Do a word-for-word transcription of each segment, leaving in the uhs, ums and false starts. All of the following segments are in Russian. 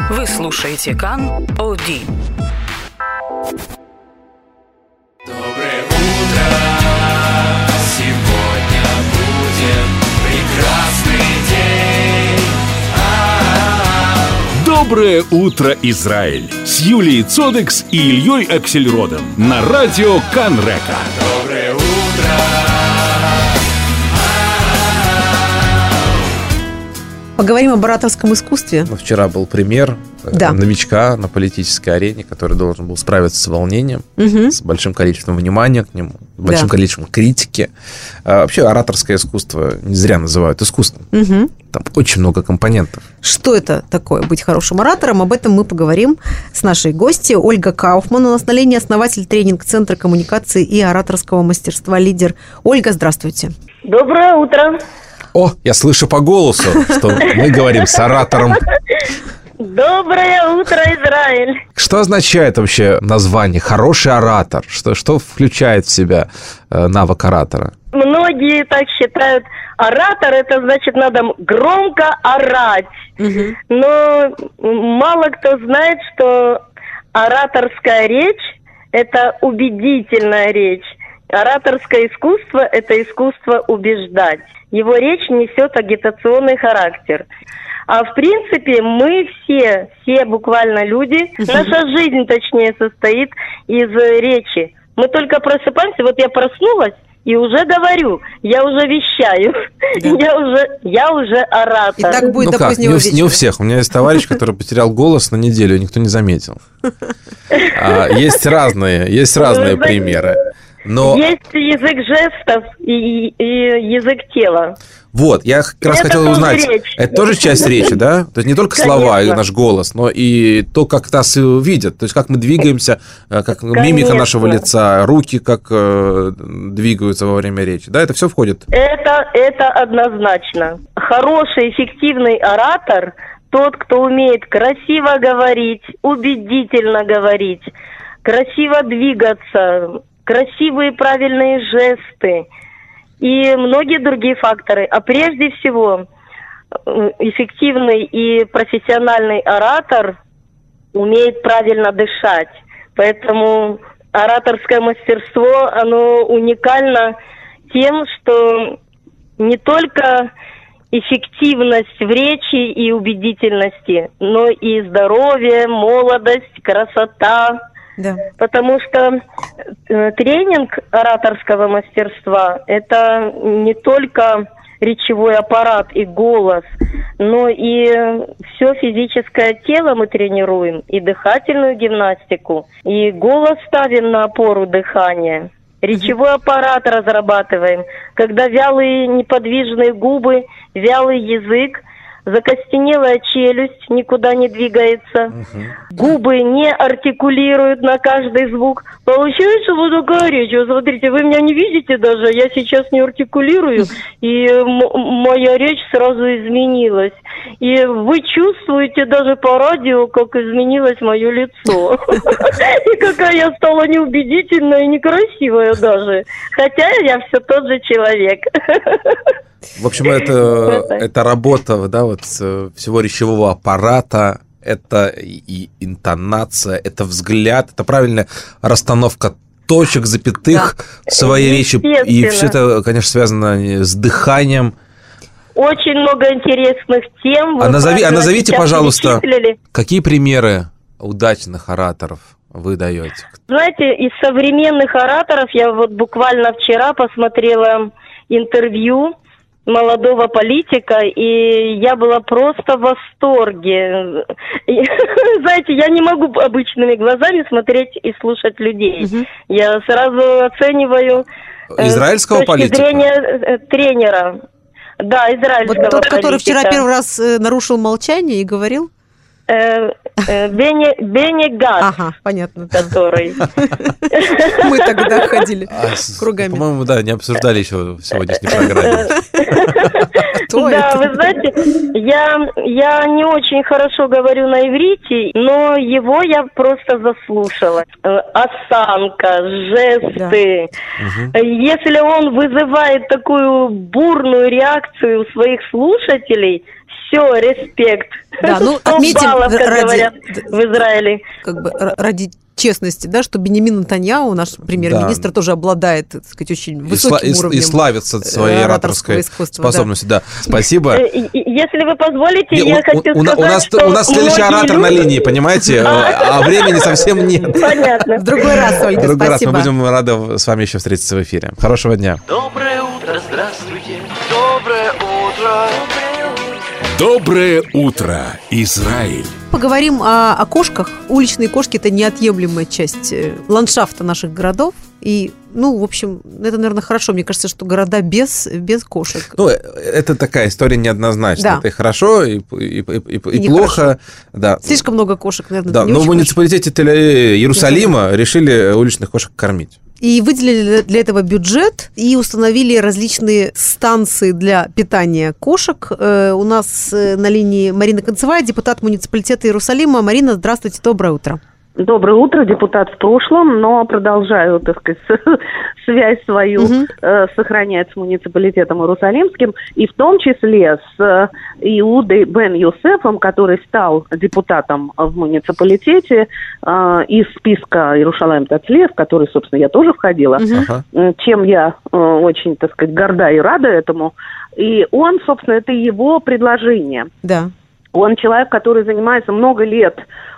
Вы слушаете Кан Оди. Доброе утро, сегодня будет прекрасный день. А-а-а. Доброе утро, Израиль! С Юлией Цодекс и Ильей Аксельродом на радио Кан-Река. Доброе утро. Поговорим об ораторском искусстве. Вчера был пример Да. новичка на политической арене, который должен был справиться с волнением, Угу. с большим количеством внимания к нему, с большим Да. количеством критики. А вообще ораторское искусство не зря называют искусством. Угу. Там очень много компонентов. Что это такое быть хорошим оратором? Об этом мы поговорим с нашей гостьей Ольга Кауфман. У нас на линии основатель тренинг-центра коммуникации и ораторского мастерства «Лидер». Ольга, здравствуйте. Доброе утро. О, я слышу по голосу, что мы говорим с оратором. Доброе утро, Израиль. Что означает вообще название «хороший оратор»? Что, что включает в себя э, навык оратора? Многие так считают, оратор это значит надо громко орать. Угу. Но мало кто знает, что ораторская речь это убедительная речь. Ораторское искусство это искусство убеждать. Его речь несет агитационный характер. А в принципе мы все, все буквально люди, наша жизнь точнее состоит из речи. Мы только просыпаемся, вот я проснулась и уже говорю, я уже вещаю, Да. я уже, я уже оратор. И так будет Ну до как, не позднего у, вечера. не у всех. У меня есть товарищ, который потерял голос на неделю, и никто не заметил. А, есть разные, есть разные Ну, знаете, примеры. Но Есть язык жестов и, и- и язык тела. вот, я как раз Это хотел тоже узнать, речь. это тоже часть речи, да? То есть не только слова и Конечно. наш голос, но и то, как нас видят, то есть как мы двигаемся, э, как мимика Конечно. нашего лица, руки как э, двигаются во время речи, да? Это все входит? Это, это однозначно. Хороший, эффективный оратор – тот, кто умеет красиво говорить, убедительно говорить, красиво двигаться, красивые правильные жесты и многие другие факторы. А прежде всего, э, эффективный и профессиональный оратор умеет правильно дышать. Поэтому ораторское мастерство, оно уникально тем, что не только эффективность в речи и убедительности, но и здоровье, молодость, красота. Да. Потому что э, тренинг ораторского мастерства – это не только речевой аппарат и голос, но и все физическое тело мы тренируем, и дыхательную гимнастику, и голос ставим на опору дыхания. Речевой аппарат разрабатываем, когда вялые неподвижные губы, вялый язык, закостенелая челюсть никуда не двигается, губы не артикулируют на каждый звук. Получается вот такая речь. Вот смотрите, вы меня не видите даже, я сейчас не артикулирую, и м- моя речь сразу изменилась. И вы чувствуете даже по радио, как изменилось мое лицо. И какая я стала неубедительная и некрасивая даже. Хотя я все тот же человек. В общем, это, это работа, да, вот э, всего речевого аппарата, это и интонация, это взгляд, это правильная расстановка точек, запятых в своей речи. И все это, конечно, связано с дыханием. Очень много интересных тем. Вы А, назови, а правильно назовите, сейчас пожалуйста, перечислили. какие примеры удачных ораторов вы даете? Знаете, из современных ораторов я вот буквально вчера посмотрела интервью молодого политика, и я была просто в восторге. И, знаете, я не могу обычными глазами смотреть и слушать людей. Мгм. Я сразу оцениваю э, Израильского с точки политика? зрения э, тренера. Да, израильского Вот тот, который политика. вчера первый раз э, нарушил молчание и говорил? Э, э, Бени, Бени Ганц, Ага, понятно. который. Мы тогда ходили А, с- кругами. По-моему, да, не обсуждали еще в сегодняшней программе. Кто Да, это? вы знаете, я, я не очень хорошо говорю на иврите, но его я просто заслушала. Э, Осанка, жесты. Э, Если он вызывает такую бурную реакцию у своих слушателей, Все, респект. Да, ну, сто отметим баллов, как ради- говорят в Израиле. Как бы р- ради честности, да, что Бенемин Нетаньяху, наш премьер-министр, Да. тоже обладает, так сказать, очень И, высоким сла- и с- уровнем. и славится своей э, ораторской ораторского искусства, да. способностью. Да. Спасибо. Э, и- и- Если вы позволите, Не, я у, хочу у- у на- сказать, у нас, что у нас следующий многие оратор на люди- линии, понимаете, а а времени совсем нет. Понятно. В другой раз, Ольга, В другой раз мы спасибо. будем рады с вами еще встретиться в эфире. Хорошего дня. Доброе утро, здравствуйте. Доброе утро. Доброе утро, Израиль. Поговорим о, о кошках. Уличные кошки – это неотъемлемая часть э, ландшафта наших городов. И, ну, в общем, это, наверное, хорошо. Мне кажется, что города без, без кошек. Ну, это такая история неоднозначная. Да. Это и хорошо, и, и, и, и- и И плохо. Да. Слишком много кошек, наверное, Да, это не но в очень муниципалитете Тель- Иерусалима решили уличных кошек кормить. И выделили для этого бюджет и установили различные станции для питания кошек. Э, у нас э, на линии Марина Концевая, депутат муниципалитета Иерусалима. Марина, здравствуйте, доброе утро. Доброе утро, депутат в прошлом, но продолжаю, так сказать, связь свою Мгм. э, сохранять с муниципалитетом Иерусалимским, и в том числе с э, Иудой бен Йосефом, который стал депутатом в муниципалитете э, из списка Иерушалаим Тацлев, в который, собственно, я тоже входила, Мгм. Ага. э, чем я э, очень, так сказать, горда и рада этому. И он, собственно, это его предложение. Да. Он человек, который занимается много лет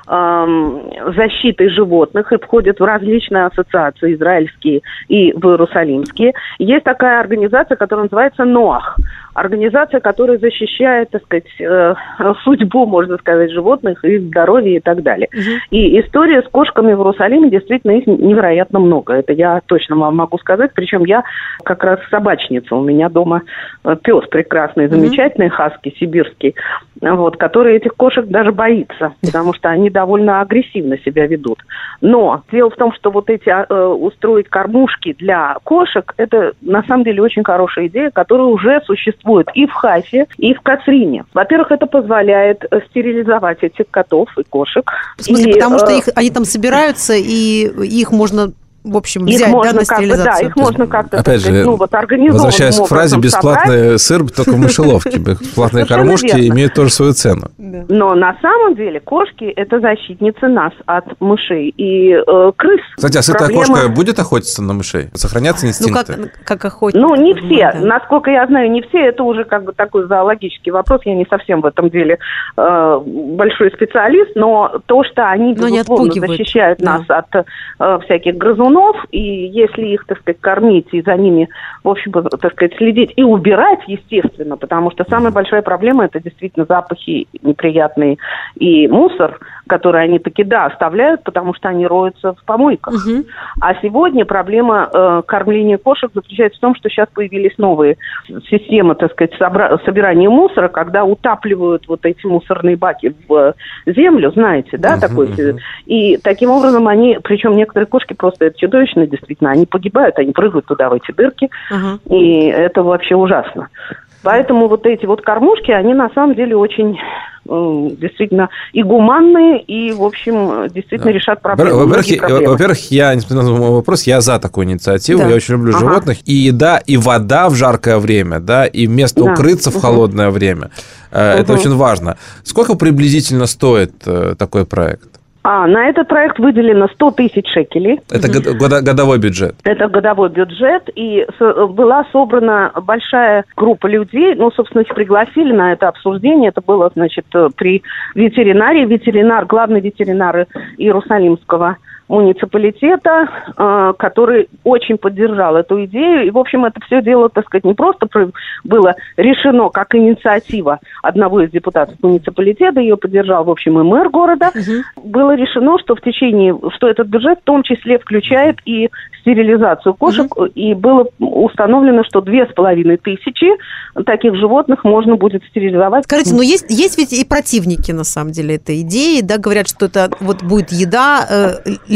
эм, защитой животных и входит в различные ассоциации израильские и в иерусалимские. Есть такая организация, которая называется НОАХ. Организация, которая защищает, так сказать, э, судьбу, можно сказать, животных, их здоровье и так далее. Мгм. И история с кошками в Иерусалиме, действительно, их невероятно много. Это я точно вам могу сказать. Причем я как раз собачница. У меня дома э, пес прекрасный, замечательный, хаски сибирский, вот, который этих кошек даже боится, потому что они довольно агрессивно себя ведут. Но дело в том, что вот эти э, устроить кормушки для кошек, это на самом деле очень хорошая идея, которая уже существует и в Хайфе, и в Кацрине. Во-первых, это позволяет э, стерилизовать этих котов и кошек. В смысле, И, потому что э, их, они там собираются, и их можно, в общем, их взять, да, можно на как бы, да, стерилизацию. их можно как-то, Опять так сказать, же, ну, вот организованным Возвращаясь к фразе образом собрать. «бесплатный сыр только в мышеловке». Бесплатные Совершенно кормушки верно. имеют тоже свою цену. Да. Но на самом деле кошки – это защитницы нас от мышей и э, крыс. Кстати, а сытая Проблема- кошка будет охотиться на мышей? Сохранятся Ну, как, инстинкты? как охотник. Ну, не я все. думаю, да. Насколько я знаю, не все. Это уже как бы такой зоологический вопрос. Я не совсем в этом деле э, большой специалист, но то, что они, Но они безусловно, отпугивают, защищают да. нас от э, всяких грызунов, и если их, так сказать, кормить и за ними, в общем, так сказать, следить и убирать, естественно, потому что самая большая проблема – это действительно запахи неприятные и мусор, который они таки, да, оставляют, потому что они роются в помойках. Мгм. А сегодня проблема э, кормления кошек заключается в том, что сейчас появились новые системы, так сказать, собра- собирания мусора, когда утапливают вот эти мусорные баки в землю, знаете, да, Мгм, такой. мгм. И таким образом они, причем некоторые кошки просто это чудовищно, действительно, они погибают, они прыгают туда, в эти дырки, Ага. и это вообще ужасно. Поэтому вот эти вот кормушки, они на самом деле очень э, действительно и гуманные, и, в общем, действительно Да. решат проблемы. Во-первых, многие я- проблемы. во-первых, я, несмотря на мой вопрос, я за такую инициативу. Да. Я очень люблю Ага. животных. И еда, и вода в жаркое время, да, и место Да. укрыться в Мгм. холодное время. Э, Это Мгм. очень важно. Сколько приблизительно стоит э, такой проект? А, на этот проект выделено сто тысяч шекелей. Это год- года- годовой бюджет. Это годовой бюджет, и с- была собрана большая группа людей, ну, собственно, их пригласили на это обсуждение, это было, значит, при ветеринарии, ветеринар, главный ветеринар Иерусалимского муниципалитета, э, который очень поддержал эту идею. И, в общем, это все дело, так сказать, не просто про- было решено как инициатива одного из депутатов муниципалитета, ее поддержал, в общем, и мэр города. Мгм. Было решено, что в течение, что этот бюджет в том числе включает и стерилизацию кошек, и было установлено, что две с половиной тысячи таких животных можно будет стерилизовать. Скажите, ну есть, есть ведь и противники, на самом деле, этой идеи, да, говорят, что это вот будет еда, э,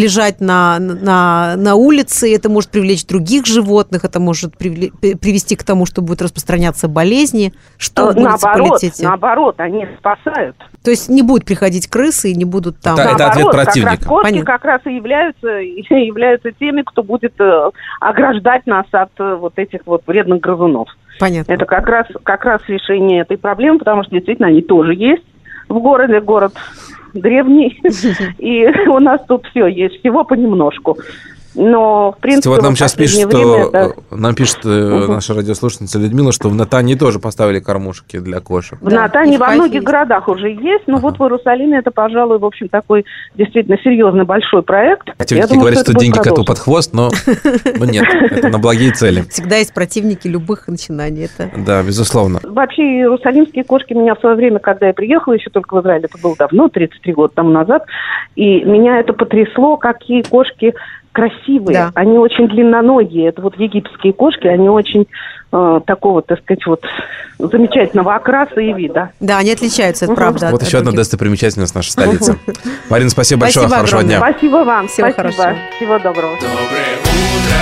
лежать на, на, на улице, это может привлечь других животных, это может привлечь, привести к тому, что будут распространяться болезни. Что в муниципалитете? Наоборот, они спасают. То есть не будут приходить крысы и не будут там... Это, это ответ противника. Как раз кошки Понятно. как раз и являются, являются теми, кто будет ограждать нас от вот этих вот вредных грызунов. Понятно. Это как раз, как раз решение этой проблемы, потому что действительно они тоже есть в городе. Город древний, и у нас тут все есть, всего понемножку. Но, в принципе, вот нам сейчас пишет, что это... нам пишет uh-huh. наша радиослушательница Людмила, что в Натане тоже поставили кормушки для кошек. В да, Натане во многих есть. городах уже есть, но uh-huh. вот в Иерусалиме это, пожалуй, в общем, такой действительно серьезный большой проект. Противники думаю, говорят, что, что деньги коту под хвост, но, но нет, это на благие цели. Всегда есть противники любых начинаний. Это... Да, безусловно. Вообще, иерусалимские кошки меня в свое время, когда я приехала, еще только в Израиль, это было давно, тридцать три года тому назад, и меня это потрясло, какие кошки красивые, да. Они очень длинноногие. Это вот египетские кошки, они очень э, такого, так сказать, вот замечательного окраса и вида. Да, они отличаются, это угу. правда. Вот еще одна достопримечательность нашей столицы. Марина, спасибо большое, спасибо хорошего огромное. дня. Спасибо вам, всего спасибо. Хорошего. Всего доброго. Доброе утро,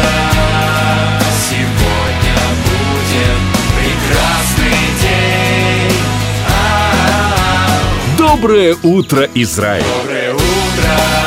сегодня будет прекрасный день. А-а-а. Доброе утро, Израиль! Доброе утро.